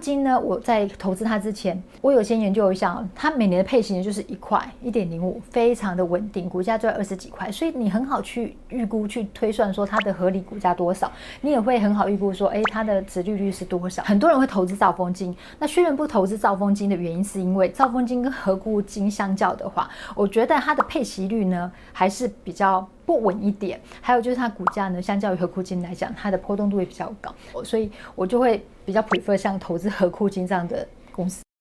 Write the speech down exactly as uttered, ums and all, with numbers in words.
金呢，我在投资它之前，我有先研究一下，它每年的配息就是一块一点零五，非常的稳定，股价就在二十几块，所以你很好去预估、去推算说它的合理股价多少，你也会很好预估说，哎，它的殖利率是多少。很多人会投资兆丰金，那薛仁不投资兆丰金的原因是因为兆丰金跟合库金相较的话，我觉得它的配息率呢还是比较不稳一点，还有就是它股价呢，相较于合库金来讲，它的波动度也比较高，所以我就会比较 prefer 像投资合库金这样的公司。